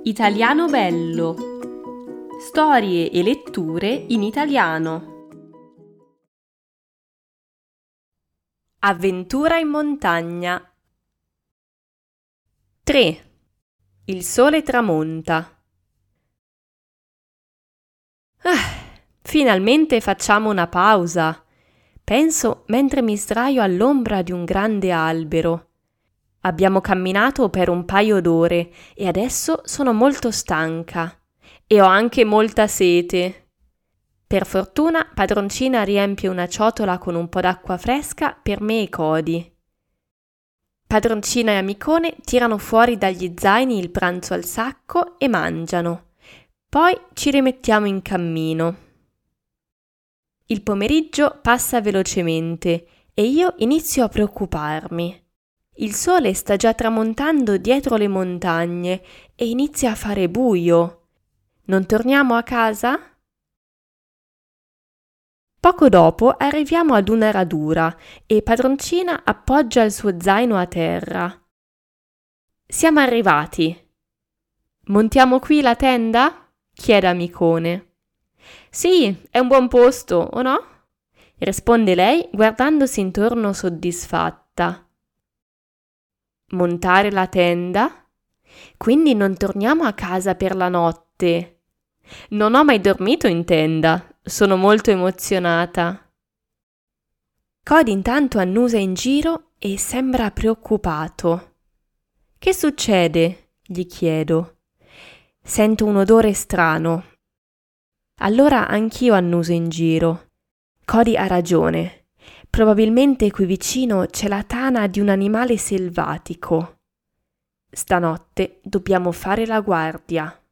Italiano bello. Storie e letture in italiano. Avventura in montagna. 3. Il sole tramonta. Finalmente facciamo una pausa. Penso mentre mi sdraio all'ombra di un grande albero. Abbiamo camminato per un paio d'ore e adesso sono molto stanca e ho anche molta sete. Per fortuna padroncina riempie una ciotola con un po' d'acqua fresca per me e Cody. Padroncina e amicone tirano fuori dagli zaini il pranzo al sacco e mangiano. Poi ci rimettiamo in cammino. Il pomeriggio passa velocemente e io inizio a preoccuparmi. Il sole sta già tramontando dietro le montagne e inizia a fare buio. Non torniamo a casa? Poco dopo arriviamo ad una radura e padroncina appoggia il suo zaino a terra. Siamo arrivati. Montiamo qui la tenda? Chiede amicone. Sì, è un buon posto, o no? Risponde lei guardandosi intorno soddisfatta. Montare la tenda? Quindi non torniamo a casa per la notte. Non ho mai dormito in tenda, sono molto emozionata. Cody intanto annusa in giro e sembra preoccupato. Che succede? Gli chiedo. Sento un odore strano. Allora anch'io annuso in giro. Cody ha ragione. Probabilmente qui vicino c'è la tana di un animale selvatico. Stanotte dobbiamo fare la guardia.